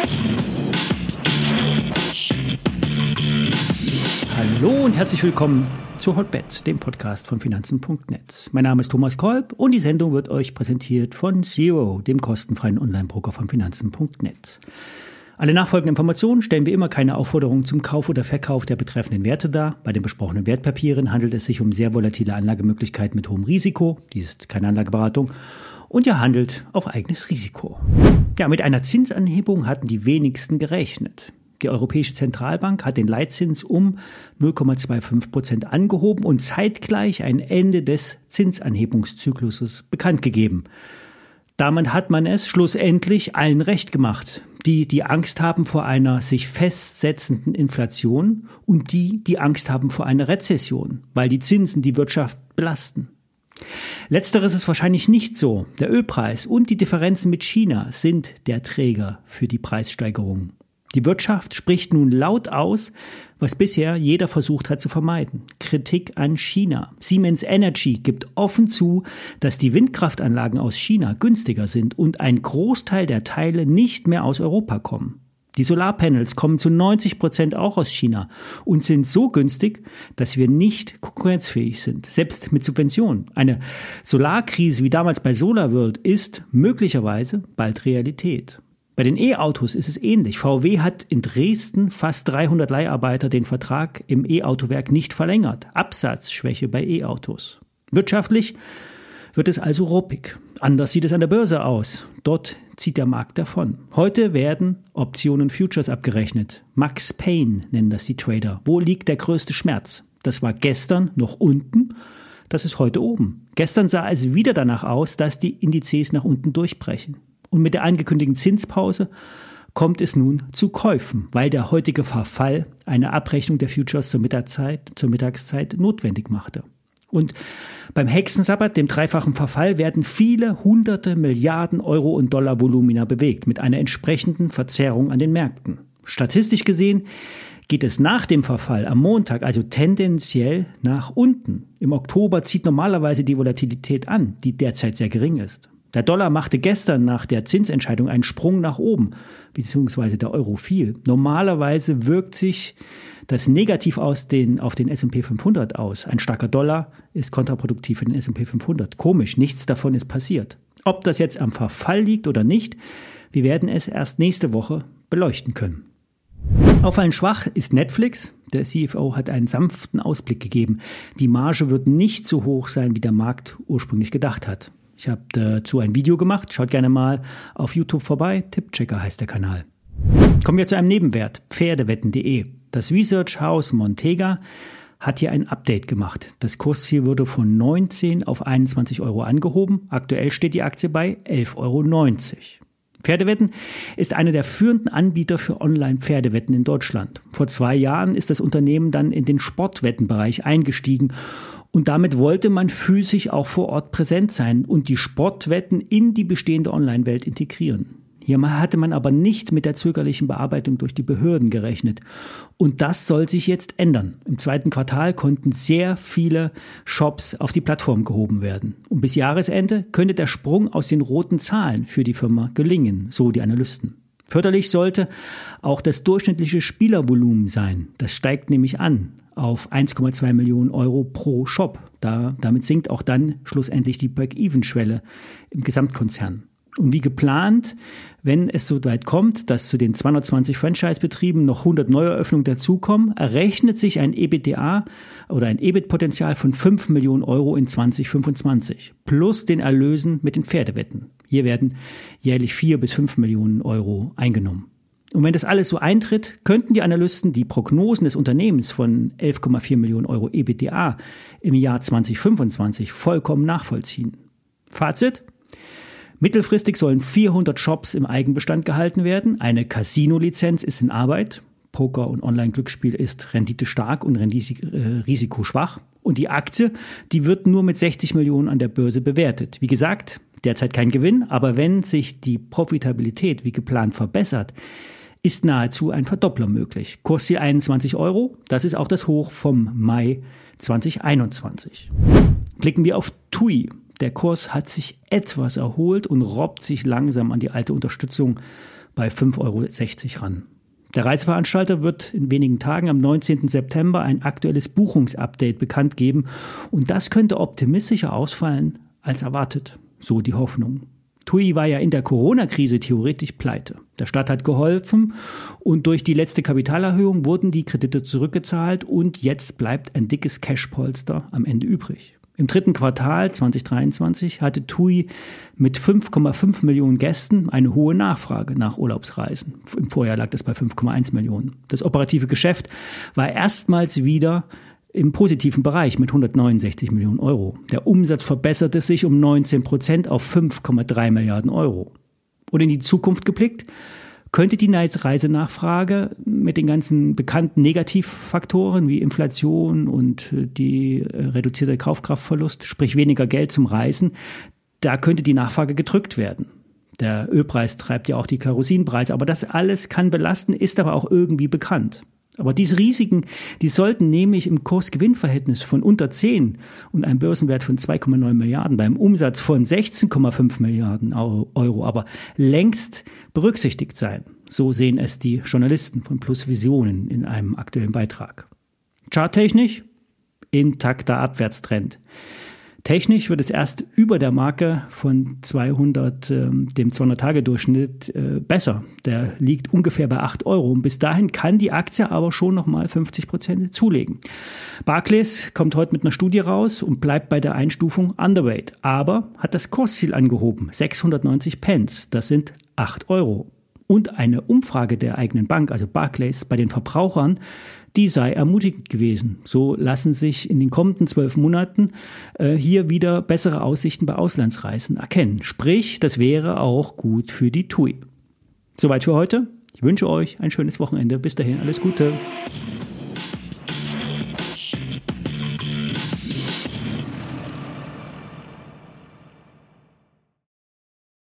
Hallo und herzlich willkommen zu Hotbets, dem Podcast von Finanzen.net. Mein Name ist Thomas Kolb und die Sendung wird euch präsentiert von Zero, dem kostenfreien Online-Broker von Finanzen.net. Alle nachfolgenden Informationen stellen wie immer keine Aufforderung zum Kauf oder Verkauf der betreffenden Werte dar. Bei den besprochenen Wertpapieren handelt es sich um sehr volatile Anlagemöglichkeiten mit hohem Risiko. Dies ist keine Anlageberatung. Und ihr handelt auf eigenes Risiko. Ja, mit einer Zinsanhebung hatten die wenigsten gerechnet. Die Europäische Zentralbank hat den Leitzins um 0,25% angehoben und zeitgleich ein Ende des Zinsanhebungszykluses bekannt gegeben. Damit hat man es schlussendlich allen recht gemacht, die Angst haben vor einer sich festsetzenden Inflation und die Angst haben vor einer Rezession, weil die Zinsen die Wirtschaft belasten. Letzteres ist wahrscheinlich nicht so. Der Ölpreis und die Differenzen mit China sind der Träger für die Preissteigerungen. Die Wirtschaft spricht nun laut aus, was bisher jeder versucht hat zu vermeiden. Kritik an China. Siemens Energy gibt offen zu, dass die Windkraftanlagen aus China günstiger sind und ein Großteil der Teile nicht mehr aus Europa kommen. Die Solarpanels kommen zu 90% auch aus China und sind so günstig, dass wir nicht konkurrenzfähig sind, selbst mit Subventionen. Eine Solarkrise wie damals bei SolarWorld ist möglicherweise bald Realität. Bei den E-Autos ist es ähnlich. VW hat in Dresden fast 300 Leiharbeiter den Vertrag im E-Autowerk nicht verlängert. Absatzschwäche bei E-Autos. Wirtschaftlich wird es also ruppig. Anders sieht es an der Börse aus. Dort zieht der Markt davon. Heute werden Optionen und Futures abgerechnet. Max Pain nennen das die Trader. Wo liegt der größte Schmerz? Das war gestern noch unten. Das ist heute oben. Gestern sah es wieder danach aus, dass die Indizes nach unten durchbrechen. Und mit der angekündigten Zinspause kommt es nun zu Käufen, weil der heutige Verfall eine Abrechnung der Futures zur Mittagszeit notwendig machte. Und beim Hexensabbat, dem dreifachen Verfall, werden viele hunderte Milliarden Euro und Dollar Volumina bewegt, mit einer entsprechenden Verzerrung an den Märkten. Statistisch gesehen geht es nach dem Verfall am Montag also tendenziell nach unten. Im Oktober zieht normalerweise die Volatilität an, die derzeit sehr gering ist. Der Dollar machte gestern nach der Zinsentscheidung einen Sprung nach oben, beziehungsweise der Euro fiel. Normalerweise wirkt sich das negativ auf den S&P 500 aus. Ein starker Dollar ist kontraproduktiv für den S&P 500. Komisch, nichts davon ist passiert. Ob das jetzt am Verfall liegt oder nicht, wir werden es erst nächste Woche beleuchten können. Auffallend schwach ist Netflix. Der CFO hat einen sanften Ausblick gegeben. Die Marge wird nicht so hoch sein, wie der Markt ursprünglich gedacht hat. Ich habe dazu ein Video gemacht, schaut gerne mal auf YouTube vorbei, Tippchecker heißt der Kanal. Kommen wir zu einem Nebenwert, Pferdewetten.de. Das Research House Montega hat hier ein Update gemacht. Das Kursziel wurde von 19 auf 21 Euro angehoben. Aktuell steht die Aktie bei 11,90 Euro. Pferdewetten ist einer der führenden Anbieter für Online-Pferdewetten in Deutschland. Vor 2 Jahren ist das Unternehmen dann in den Sportwettenbereich eingestiegen und damit wollte man physisch auch vor Ort präsent sein und die Sportwetten in die bestehende Online-Welt integrieren. Hier hatte man aber nicht mit der zögerlichen Bearbeitung durch die Behörden gerechnet. Und das soll sich jetzt ändern. Im 2. Quartal konnten sehr viele Shops auf die Plattform gehoben werden. Und bis Jahresende könnte der Sprung aus den roten Zahlen für die Firma gelingen, so die Analysten. Förderlich sollte auch das durchschnittliche Spielervolumen sein. Das steigt nämlich an auf 1,2 Millionen Euro pro Shop. Damit sinkt auch dann schlussendlich die Break-Even-Schwelle im Gesamtkonzern. Und wie geplant, wenn es so weit kommt, dass zu den 220 Franchise-Betrieben noch 100 Neueröffnungen dazukommen, errechnet sich ein EBITDA oder ein EBIT-Potenzial von 5 Millionen Euro in 2025 plus den Erlösen mit den Pferdewetten. Hier werden jährlich 4 bis 5 Millionen Euro eingenommen. Und wenn das alles so eintritt, könnten die Analysten die Prognosen des Unternehmens von 11,4 Millionen Euro EBITDA im Jahr 2025 vollkommen nachvollziehen. Fazit: Mittelfristig sollen 400 Shops im Eigenbestand gehalten werden. Eine Casino-Lizenz ist in Arbeit. Poker und Online-Glücksspiel ist renditestark und risikoschwach. Und die Aktie, die wird nur mit 60 Millionen an der Börse bewertet. Wie gesagt, derzeit kein Gewinn, aber wenn sich die Profitabilität wie geplant verbessert, ist nahezu ein Verdoppler möglich. Kursziel 21 Euro, das ist auch das Hoch vom Mai 2021. Blicken wir auf TUI. Der Kurs hat sich etwas erholt und robbt sich langsam an die alte Unterstützung bei 5,60 € ran. Der Reiseveranstalter wird in wenigen Tagen am 19. September ein aktuelles Buchungsupdate bekannt geben und das könnte optimistischer ausfallen als erwartet, so die Hoffnung. TUI war ja in der Corona-Krise theoretisch pleite. Der Staat hat geholfen und durch die letzte Kapitalerhöhung wurden die Kredite zurückgezahlt und jetzt bleibt ein dickes Cashpolster am Ende übrig. Im dritten Quartal 2023 hatte TUI mit 5,5 Millionen Gästen eine hohe Nachfrage nach Urlaubsreisen. Im Vorjahr lag das bei 5,1 Millionen. Das operative Geschäft war erstmals wieder im positiven Bereich mit 169 Millionen Euro. Der Umsatz verbesserte sich um 19% auf 5,3 Milliarden Euro. Und in die Zukunft geblickt, könnte die Reisenachfrage mit den ganzen bekannten Negativfaktoren wie Inflation und die reduzierte Kaufkraftverlust, sprich weniger Geld zum Reisen, da könnte die Nachfrage gedrückt werden. Der Ölpreis treibt ja auch die Kerosinpreise, aber das alles kann belasten, ist aber auch irgendwie bekannt. Aber diese Risiken, die sollten nämlich im Kurs-Gewinn-Verhältnis von unter 10 und einem Börsenwert von 2,9 Milliarden beim Umsatz von 16,5 Milliarden Euro aber längst berücksichtigt sein. So sehen es die Journalisten von Plus Visionen in einem aktuellen Beitrag. Charttechnisch intakter Abwärtstrend. Technisch wird es erst über der Marke von 200, dem 200-Tage-Durchschnitt besser. Der liegt ungefähr bei 8 €. Und bis dahin kann die Aktie aber schon nochmal 50% zulegen. Barclays kommt heute mit einer Studie raus und bleibt bei der Einstufung Underweight. Aber hat das Kursziel angehoben, 690 Pence. Das sind 8 €. Und eine Umfrage der eigenen Bank, also Barclays, bei den Verbrauchern, die sei ermutigend gewesen. So lassen sich in den kommenden 12 Monaten hier wieder bessere Aussichten bei Auslandsreisen erkennen. Sprich, das wäre auch gut für die TUI. Soweit für heute. Ich wünsche euch ein schönes Wochenende. Bis dahin, alles Gute.